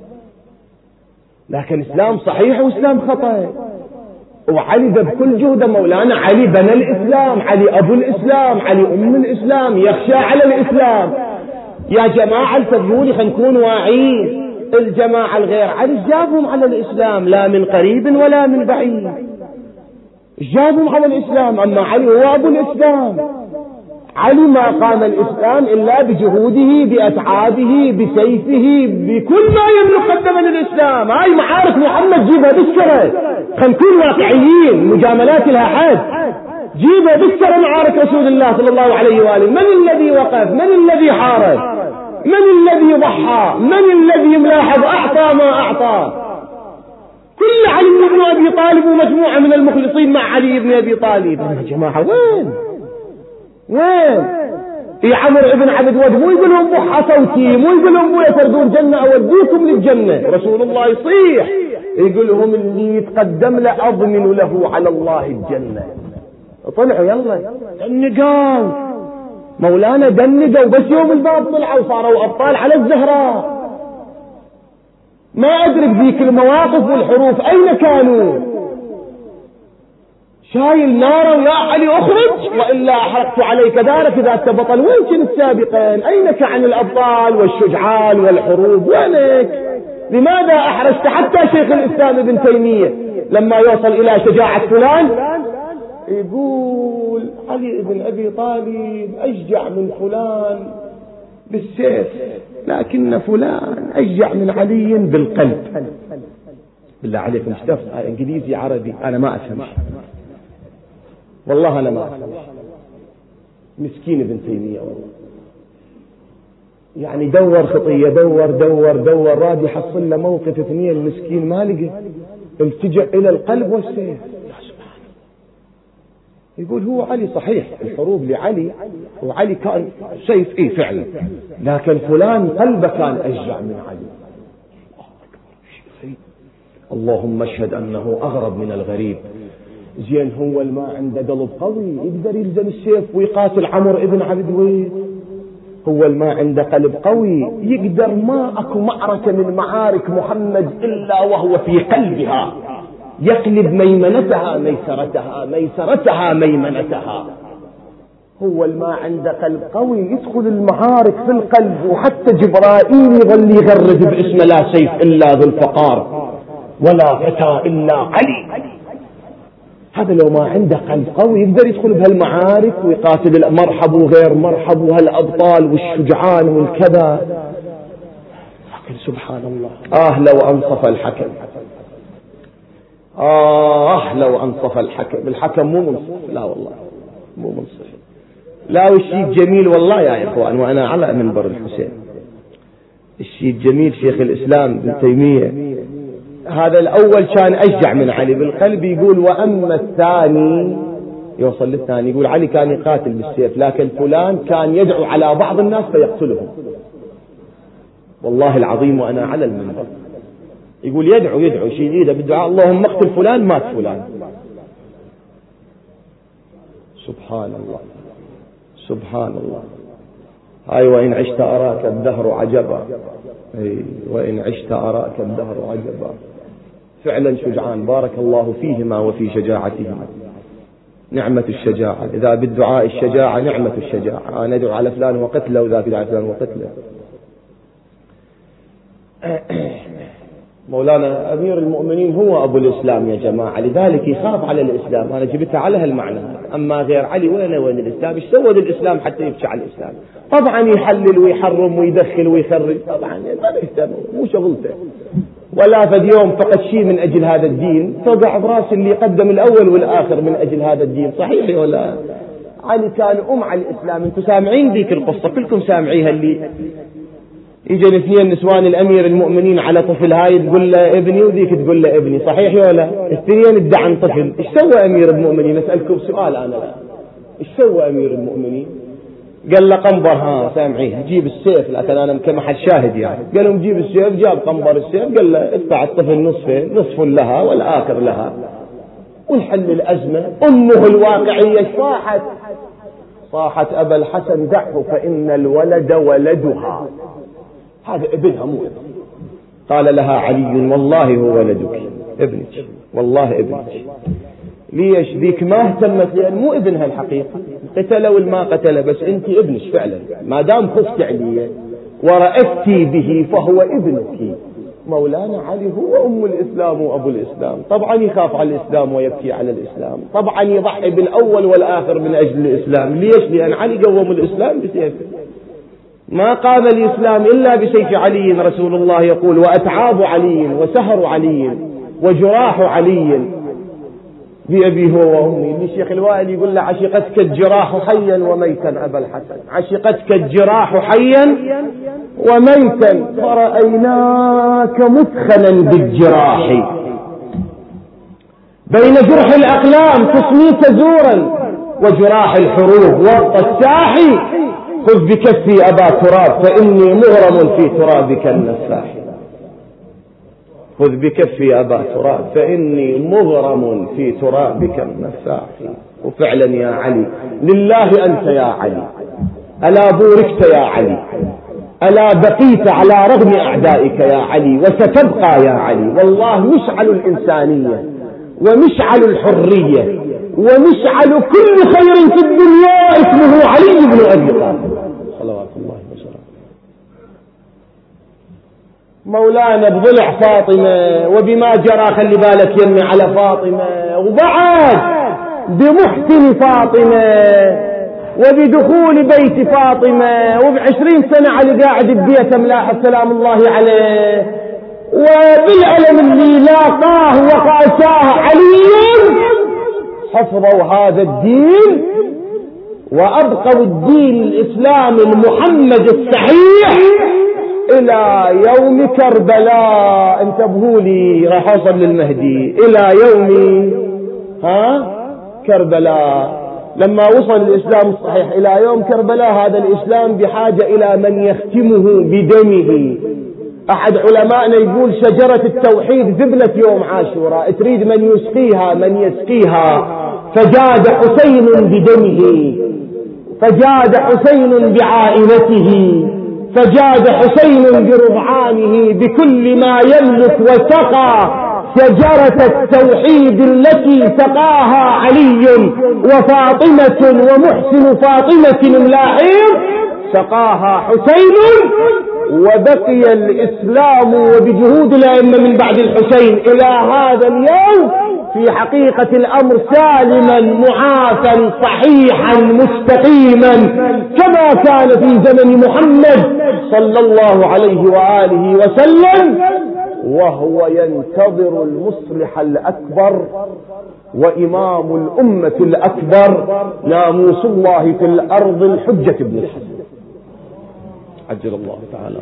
لكن إسلام صحيح وإسلام خطأ. وعلي بكل جهده مولانا، علي بنى الإسلام، علي أبو الإسلام، علي أم الإسلام، يخشى على الإسلام. يا جماعة التبهوني خلينا نكون واعيين، الجماعة الغير علي جابهم على الإسلام لا من قريب ولا من بعيد، جابهم على الإسلام، أما علي هو أبو الإسلام. علي ما قام الإسلام إلا بجهوده، بأتعابه، بسيفه، بكل ما يملك قدم للإسلام. هاي معارك محمد جيبها بالسرة، خلينا نكون واقعيين، مجاملات لها حد، جيبها بالسرة معارك رسول الله صلى الله عليه وآله. من الذي وقف؟ من الذي حارب؟ من الذي ضحى؟ من الذي ملاحظ أعطى ما أعطى؟ كل علي بن أبي طالب ومجموعة من المخلصين مع علي بن أبي طالب. يا جماعة وين يا عمرو ابن عبد ود مو يقول لهم بحى صوتي، مو يقول لهم بويا تردون جنة أوديكم للجنة، رسول الله يصيح يقول لهم اللي يتقدم له أضمن له على الله الجنة. طلعوا يلا دنقوا مولانا، دنقوا بس يوم الباب طلعوا صاروا أبطال على الزهراء. ما أدرك ذيك المواقف والحروف أين كانوا؟ شايل نارا يا علي اخرج والا احرقت عليك دارك اذا انت بطل. وين كنت سابقا؟ اينك عن الابطال والشجعان والحروب؟ وينك؟ لماذا احرجت؟ حتى شيخ الاسلام ابن تيمية لما يوصل الى شجاعة فلان يقول علي بن ابي طالب اشجع من فلان بالسيف، لكن فلان اشجع من علي بالقلب. بالله عليكم اشتفت انجليزي عربي انا ما افهم، والله أنا ما أفهم. مسكين ابن تيمية والله، يعني دور خطية، دور راد يحصل له موقف اثنين، المسكين ما لقى، التجأ إلى القلب والسيف. يا سبحان، يقول هو علي صحيح الحروب لعلي، وعلي كان سيف إيه فعلا، لكن فلان قلبه كان أشجع من علي. اللهم اشهد أنه أغرب من الغريب. زين هو ما عنده قلب قوي يقدر يلزم السيف ويقاتل عمرو ابن عبد ود؟ هو ما عنده قلب قوي يقدر؟ ما اكو معركة من معارك محمد الا وهو في قلبها، يقلب ميمنتها ميسرتها، ميسرتها ميمنتها. هو ما عنده قلب قوي يدخل المعارك في القلب، وحتى جبرائيل يظل يغرد باسم لا سيف الا ذو الفقار ولا فتى الا علي. هذا لو ما عنده قلب قوي يقدر يدخل بهالمعارك ويقاتل مرحب وغير مرحب وهالأبطال والشجعان والكذا. لكن سبحان الله، لو أنصف الحكم، لو أنصف الحكم. الحكم مو منصف، لا والله مو منصف. لا والشيء الجميل والله يا إخوان، وأنا على منبر الحسين، الشيء الجميل شيخ الإسلام ابن تيمية هذا الأول كان أشجع من علي بالقلب، يقول وأما الثاني، يوصل للثاني يقول علي كان يقاتل بالسيف، لكن فلان كان يدعو على بعض الناس فيقتلهم. والله العظيم وأنا على المنبر يقول يدعو شيء إذا بالدعاء اللهم اقتل فلان مات فلان. سبحان الله سبحان الله. هاي وإن عشت أراك الدهر عجبا، وإن عشت أراك الدهر عجبا. فعلا شجعان بارك الله فيهما وفي شجاعتهما. نعمة الشجاعة، إذا بالدعاء الشجاعة نعمة الشجاعة. أنا أدعو على فلان وقتله وذاك يدعو على فلان وقتله. مولانا أمير المؤمنين هو أبو الإسلام يا جماعة، لذلك يخاف على الإسلام. أنا جبتها على هالمعنى. أما غير علي وين الإسلام؟ ايش سوى الإسلام حتى يبكي على الإسلام؟ طبعا يحلل ويحرم ويدخل ويخرج، طبعا ما يهتم، مو شغلته. ولا فد يوم فقد شيء من أجل هذا الدين توقع براس اللي قدم الأول والآخر من أجل هذا الدين. صحيح ولا؟ علي كان على الإسلام. انتم سامعين ذيك القصة كلكم سامعيها، اللي يجي الاثنين نسوان الأمير المؤمنين على طفل، هاي تقول له ابني وذيك تقول له ابني، صحيح ولا؟ الاثنين ادعى عن طفل. ايش سوى أمير المؤمنين؟ أسألكم سؤال أنا الآن، ايش سوى أمير المؤمنين؟ قال له قنبر، ها سامعيه، جيب السيف، لكن أنا كمحل شاهد يعني. قال لهم جيب السيف، جاب قنبر السيف، قال له ادفع الطفل نصفين، نصف لها والآخر لها، ونحل الأزمة. أمه الواقعية صاحت أبا الحسن دعه فإن الولد ولدها، هذا ابنها مو ابنها. قال لها علي والله هو ولدك، ابنك والله ابنك. ليش؟ ذيك ما اهتمت، لأن مو ابنها الحقيقة، قتله والما قتله، بس انت ابنك فعلا، ما دام خفت عليه ورأفتي به فهو ابنك. مولانا علي هو أم الإسلام وأبو الإسلام، طبعا يخاف على الإسلام ويبكي على الإسلام، طبعا يضحي بالأول والآخر من أجل الإسلام. ليش؟ لأن علي قوم الإسلام بسيفه، ما قام الإسلام إلا بسيف علي. رسول الله يقول وأتعاب علي وسهر علي وجراح علي بأبي هو وأمي. الشيخ الوائل يقول له عشقتك الجراح حيا وميتا أبا الحسن، عشقتك الجراح حيا وميتا، فرأيناك مثخنا بالجراح بين جرح الأقلام تصميت زورا وجراح الحروب وسط الساح. خذ بكفي أبا تراب فإني مغرم في ترابك النساح. خذ بكفي أبا تراب فإني مغرم في ترابك النساح. وفعلا يا علي لله أنت يا علي، ألا بوركت يا علي، ألا بقيت على رغم أعدائك يا علي، وستبقى يا علي. والله مشعل الإنسانية ومشعل الحرية ومشعل كل خير في الدنيا اسمه علي بن أبي طالب صلوات الله وسلامه. مولانا بضلع فاطمة وبما جرى، خلي بالك يمي على فاطمة، وبعد بمحسن فاطمة وبدخول بيت فاطمة، وب20 سنة علي قاعد ببيت ملاحظ سلام الله عليه، وبالعلم اللي لاقاه وقاساه علي حفظوا هذا الدين وأبقوا الدين الإسلامي المحمد الصحيح إلى يوم كربلاء. انتبهوا لي، راح أوصل للمهدي إلى يوم كربلاء. لما وصل الإسلام الصحيح إلى يوم كربلاء، هذا الإسلام بحاجة إلى من يختمه بدمه. أحد علمائنا يقول شجرة التوحيد ذبلت يوم عاشوراء، تريد من يسقيها من يسقيها، فجاد حسين بدمه، فجاد حسين بعائلته، فجاد حسين برضعانه بكل ما يملك، وسقى شجرة التوحيد التي سقاها علي وفاطمة ومحسن فاطمة الملاحظ سقاها حسين، وبقي الإسلام وبجهود الأئمة من بعد الحسين إلى هذا اليوم في حقيقة الأمر سالما معافا صحيحا مستقيما كما كان في زمن محمد صلى الله عليه وآله وسلم، وهو ينتظر المصلح الأكبر وإمام الأمة الأكبر ناموس الله في الأرض الحجة بن الحسن عجل الله تعالى.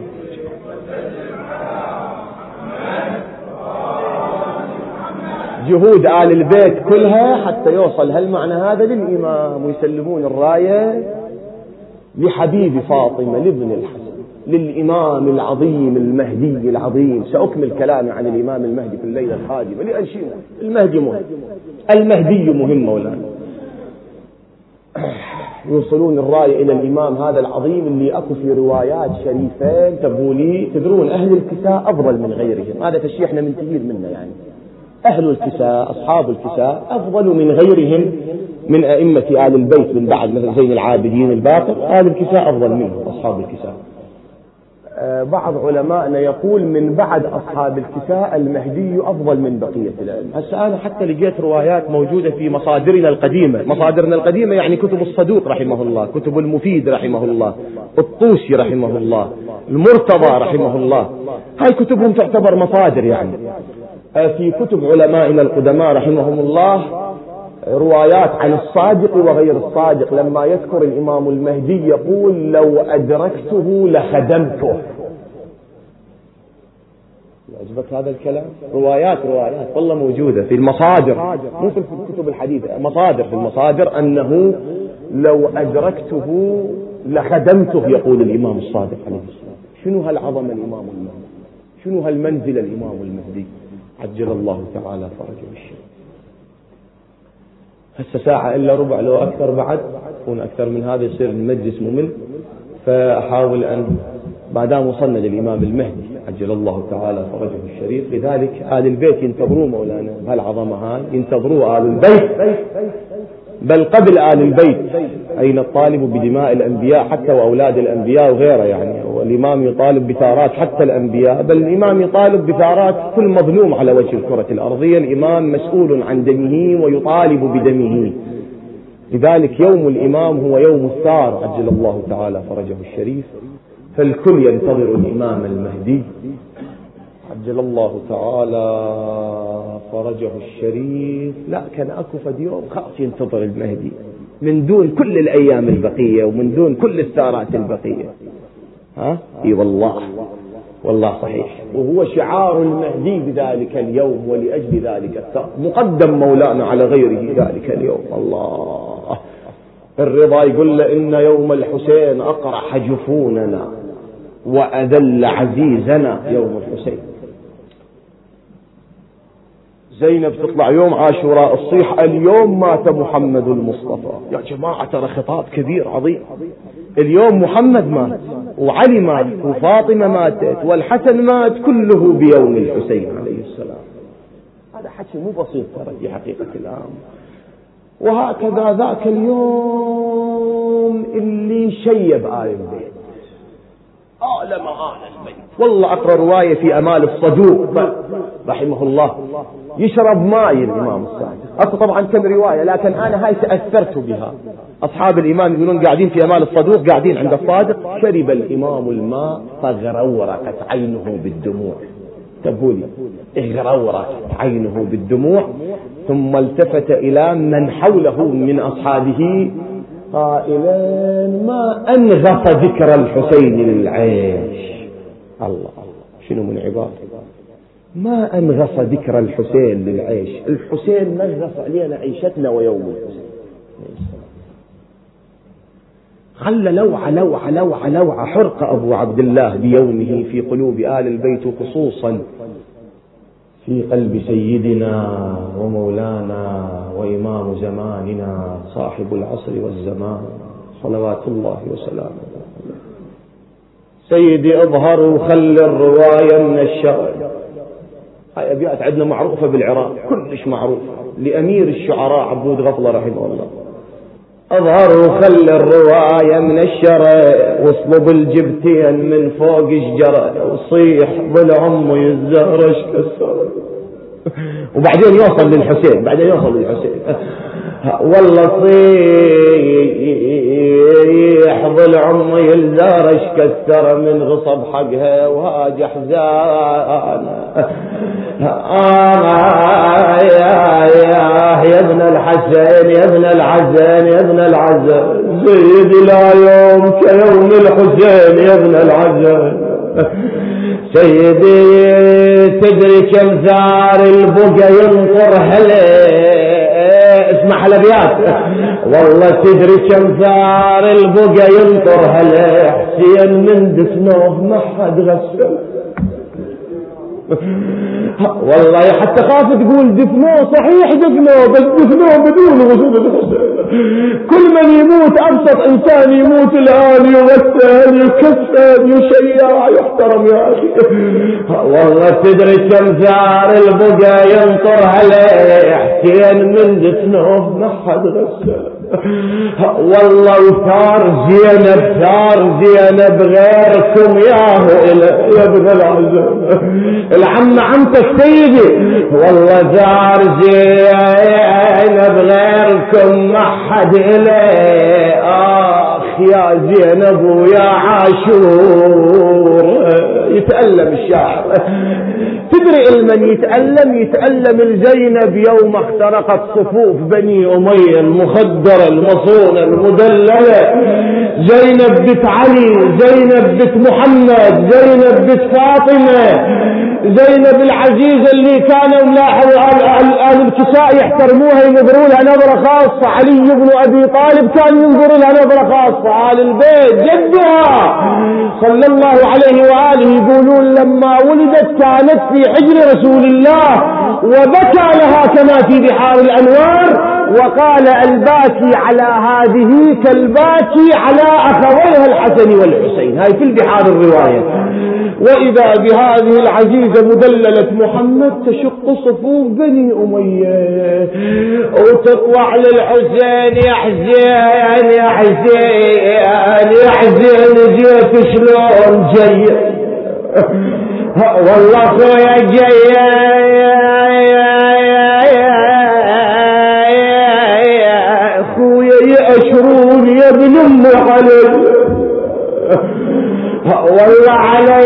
جهود آل البيت كلها حتى يوصل هالمعنى هذا للإمام، ويسلمون الراية لحبيب فاطمة لابن الحسن للإمام العظيم المهدي العظيم. سأكمل كلامي عن الإمام المهدي في الليلة القادمة، لأن شيء المهدي مهم، المهدي مهم مولانا. يوصلون الراية إلى الإمام هذا العظيم اللي أكو في روايات شريفين تقولي تدرون أهل الكساء أفضل من غيرهم، هذا تشي احنا منتهين منه يعني. أهل الكساء أصحاب الكساء أفضل من غيرهم من أئمة آل البيت من بعد، مثل زين العابدين الباقر، آل الكساء أفضل منهم أصحاب الكساء. بعض علمائنا يقول من بعد أصحاب الكساء المهدي أفضل من بقية العلم. هسه أنا حتى لقيت روايات موجودة في مصادرنا القديمة، مصادرنا القديمة يعني كتب الصدوق رحمه الله، كتب المفيد رحمه الله، الطوسي رحمه الله، المرتضى رحمه الله، هاي كتبهم تعتبر مصادر يعني. في كتب علمائنا القدماء رحمهم الله روايات عن الصادق وغير الصادق، لما يذكر الإمام المهدي يقول لو أدركته لخدمته، عجبك هذا الكلام؟ روايات والله موجودة في المصادر، مو في الكتب الحديثة، مصادر في المصادر، أنه لو أدركته لخدمته، يقول الإمام الصادق عليه السلام. شنو هالعظمة الإمام المهدي، شنو هالمنزل الإمام المهدي عجل الله تعالى فرجه الشريف. هسه ساعة إلا ربع لو أكثر، بعد يكون أكثر من هذا يصير المجلس ممل، فأحاول أن بعدما وصلنا للإمام المهدي عجل الله تعالى فرجه الشريف. لذلك آل البيت ينتظروا مولانا بهالعظمة هاي، ينتظروا آل البيت، بل قبل آل البيت أين الطالب بدماء الأنبياء حتى وأولاد الأنبياء وغيره يعني. والإمام يطالب بثارات حتى الأنبياء، بل الإمام يطالب بثارات كل مظلوم على وجه الكرة الأرضية. الإمام مسؤول عن دمه ويطالب بدمه. لذلك يوم الإمام هو يوم الثار عجل الله تعالى فرجه الشريف. فالكل ينتظر الإمام المهدي عجل الله تعالى فرجه الشريف. لا كان أكو فد يوم خاص ينتظر المهدي من دون كل الأيام البقية ومن دون كل الثارات البقية. اي والله صحيح. وهو شعار المهدي بذلك اليوم، ولأجل ذلك الثار مقدم مولانا على غيره ذلك اليوم. الله الرضا يقول له إن يوم الحسين أقرح جفوننا وأذل عزيزنا يوم الحسين. زينب تطلع يوم عاشوراء الصيح اليوم مات محمد المصطفى. يا جماعة ترى خطاب كبير عظيم. اليوم محمد مات وعلي مات وفاطمة ماتت والحسن مات، كله بيوم الحسين عليه السلام. هذا حكي مو بسيط ترى في حقيقة الأمر. وهكذا ذاك اليوم اللي شيب آل البيت، آل البيت. والله أقرأ رواية في أمال الصدوق رحمه الله يشرب ماء الإمام الصادق. أقرأ طبعا كم رواية، لكن أنا هاي تأثرت بها. أصحاب الإمام يقولون قاعدين في أمال الصدوق، قاعدين عند الصادق، شرب الإمام الماء فغرورقت عينه بالدموع. تقولي غرورقت عينه بالدموع، ثم التفت إلى من حوله من أصحابه قائلا ما أنغص ذكر الحسين للعيش. الله شنو من عبارة، ما أنغص ذكر الحسين للعيش. الحسين نغص علينا عيشتنا ويوم الحسين. خل لوعة حرق أبو عبد الله بيومه في قلوب آل البيت، خصوصا في قلب سيدنا ومولانا وإمام زماننا صاحب العصر والزمان صلوات الله وسلامه. سيدي اظهر وخل الرواية من الشر. هاي أبيات عندنا معروفة بالعراق، كلش معروفة، لأمير الشعراء عبود غفلة رحمه الله. اظهر وخل الرواية من الشرع، واصلب الجبتين من فوق شجرة، وصيح ضلع امه يزهرش كسر. وبعدين يوصل للحسين، والله صيح ضلع امه يزهرش كسر من غصب حقها وهاج حزان. يا ابن الحسين يا ابن العزين يا ابن العزين، سيدي لا يوم كيوم الحسين يا ابن العزين. سيدي تدري كم ثار البقى ينطر هلا، اسمع الابيات. والله تدري كم ثار البقى ينطر هلا، حسين من دفنوه ما حد غسل. والله حتى خاف تقول دفنوه، صحيح دفنوه، بس دفنوه بدون غسل الحسين. كل من يموت أبسط إنسان يموت الآن يغسل يكسل يشيع يحترم يا أخي. والله تدري كم ثار البقى ينطر عليه، حسين من دفنوه ما حد غسل. والله وثار زينب غيركم ياهو يا ابن العزم. العم عمتك سيدي، والله ثار زينب غيركم ما حد إليه. يا زينب ويا عاشور. يتألم الشاعر. تدري المن يتألم الزينب يوم اخترقت صفوف بني أمية المخدرة المصونة المدللة. زينب بنت علي، زينب بنت محمد، زينب بنت فاطمة، زينب العزيزة اللي كانوا آل الكساء يحترموها ينظروا لها نظرة خاصة. علي بن أبي طالب كان ينظر لها نظرة خاصة. آل البيت جدها صلى الله عليه وآله يقولون لما ولدت كانت في حجر رسول الله وبكى لها كما في بحار الأنوار، وقال الباكي على هذه كالباكي على أخويها الحسن والحسين. هاي في البحار الرواية. وإذا بهذه العزيزة مدللة محمد تشق صفوف بني أمية وتطلع للحسين. يا حسين يا حسين يا حسين جيت شلون جاي؟ والله خويا جاي خويا يأشرون يا ابن أم علي، والله علي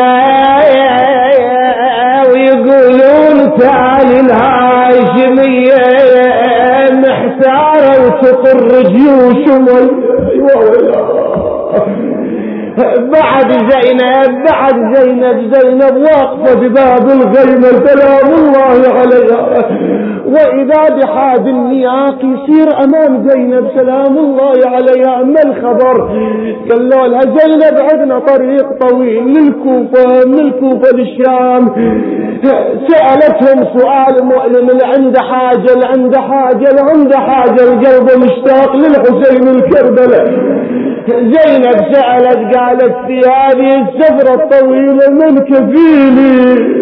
ويقولون تعال الهاشمية محتارة وتطر جيوش. بعد زينب واقفة بباب الغيمة سلام الله عليها. وإذا بحاد النياق يصير أمام زينب سلام الله عليها. ما الخبر؟ قالوا لها زينب عندنا طريق طويل للكوفة، من الكوفة للشام. سألتهم سؤال مؤلم. عنده حاجة القلب مشتاق للحسين الكربلاء. زينب سألت قالت في هذه السفرة الطويلة من كفيلي؟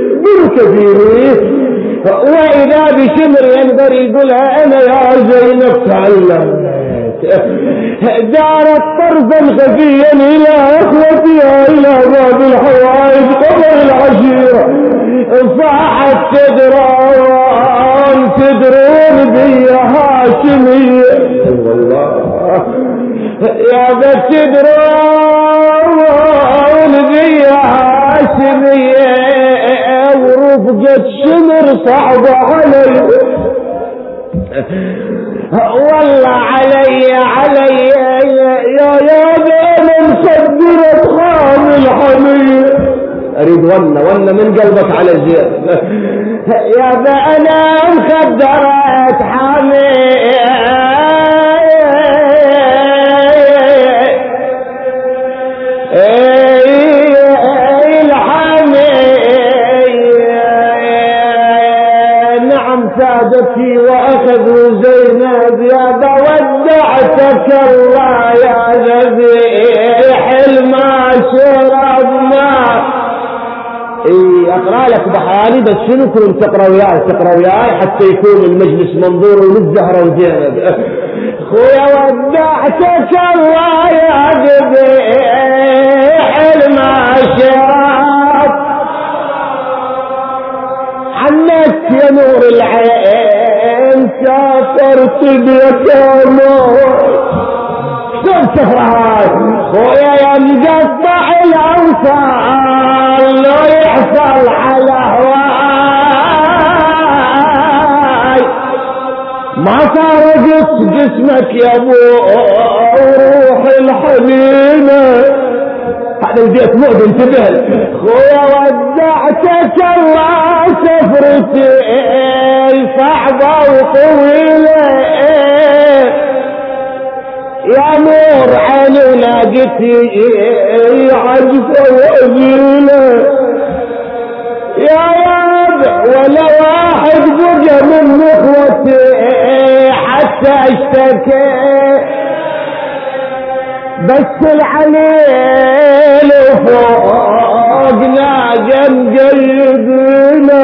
وإذا بشمر ينظر يقولها أنا يا زينب تعلمت. دارت طرفا خفيا إلى أخوتها إلى باب الحوائج قبر العشيرة. صاحت تدرون بي هاشمية والله يا بس تدرون بي هاشمية ورفقة شمر صعبة علي. والله علي يا بين مصدرة خام الحمية. أريد ون من قلبك على زين. يا أنا مخدرة حمية سادتي وأخذوا زينب. يا ودعتك الله يا ذبيح ما شربنا. اقرأ لك بحالي بس شنو كنت تقرأ وياي حتى يكون المجلس منظور وللزهرة وزينب. خويا ودعتك الله يا ذبيح ما شرب عنك يا نور العين سافرت بيك يا نور. شوف سفرها خويا يا مقطع الأوصال لو يحصل على هواي ما فارقت جسمك يا ابو روح الحنينة. هذا البيت مؤذن انتبه. خويا ودعتك الله سفرتي صعبة وطويلة يا نور عيني لاقتي عجفة وأميلة يا رب ولا واحد بقى من اخوتي حتى اشتكي بس العليل وفوقنا جنجيبنا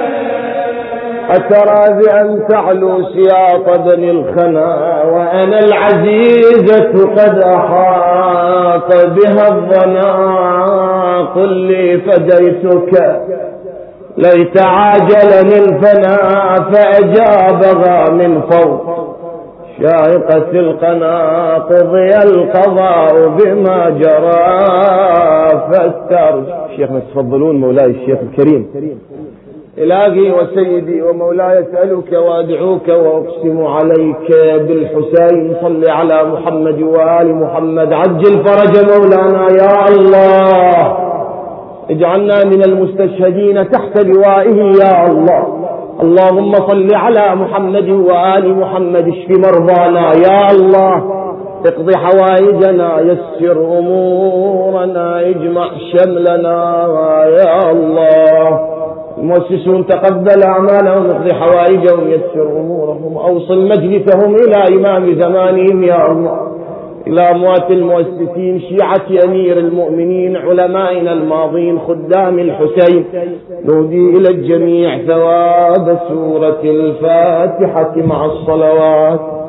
أتراضي أن تعلو سياط بني الخنا وأنا العزيزة قد أحاط بها الظنا. قل لي فديتك ليت عاجلني الفنا فأجابها من فوق شائقة القنا قضي القضاء بما جرى فاسترجع. شيخنا تفضلون مولاي الشيخ الكريم. إلهي وسيدي ومولاي أسألك وأدعوك وأقسم عليك بالحسين صل على محمد وآل محمد عجل فرج مولانا يا الله. اجعلنا من المستشهدين تحت لوائه يا الله. اللهم صل على محمد وآل محمد اشف مرضانا يا الله. اقض حوائجنا يسر أمورنا اجمع شملنا يا الله. المؤسسون تقبل أعمالهم اقض حوائجهم يسر أمورهم أوصل مجلسهم إلى إمام زمانهم يا الله. إلى أموات المؤسسين شيعة أمير المؤمنين علمائنا الماضين خدام الحسين نودي إلى الجميع ثواب سورة الفاتحة مع الصلوات.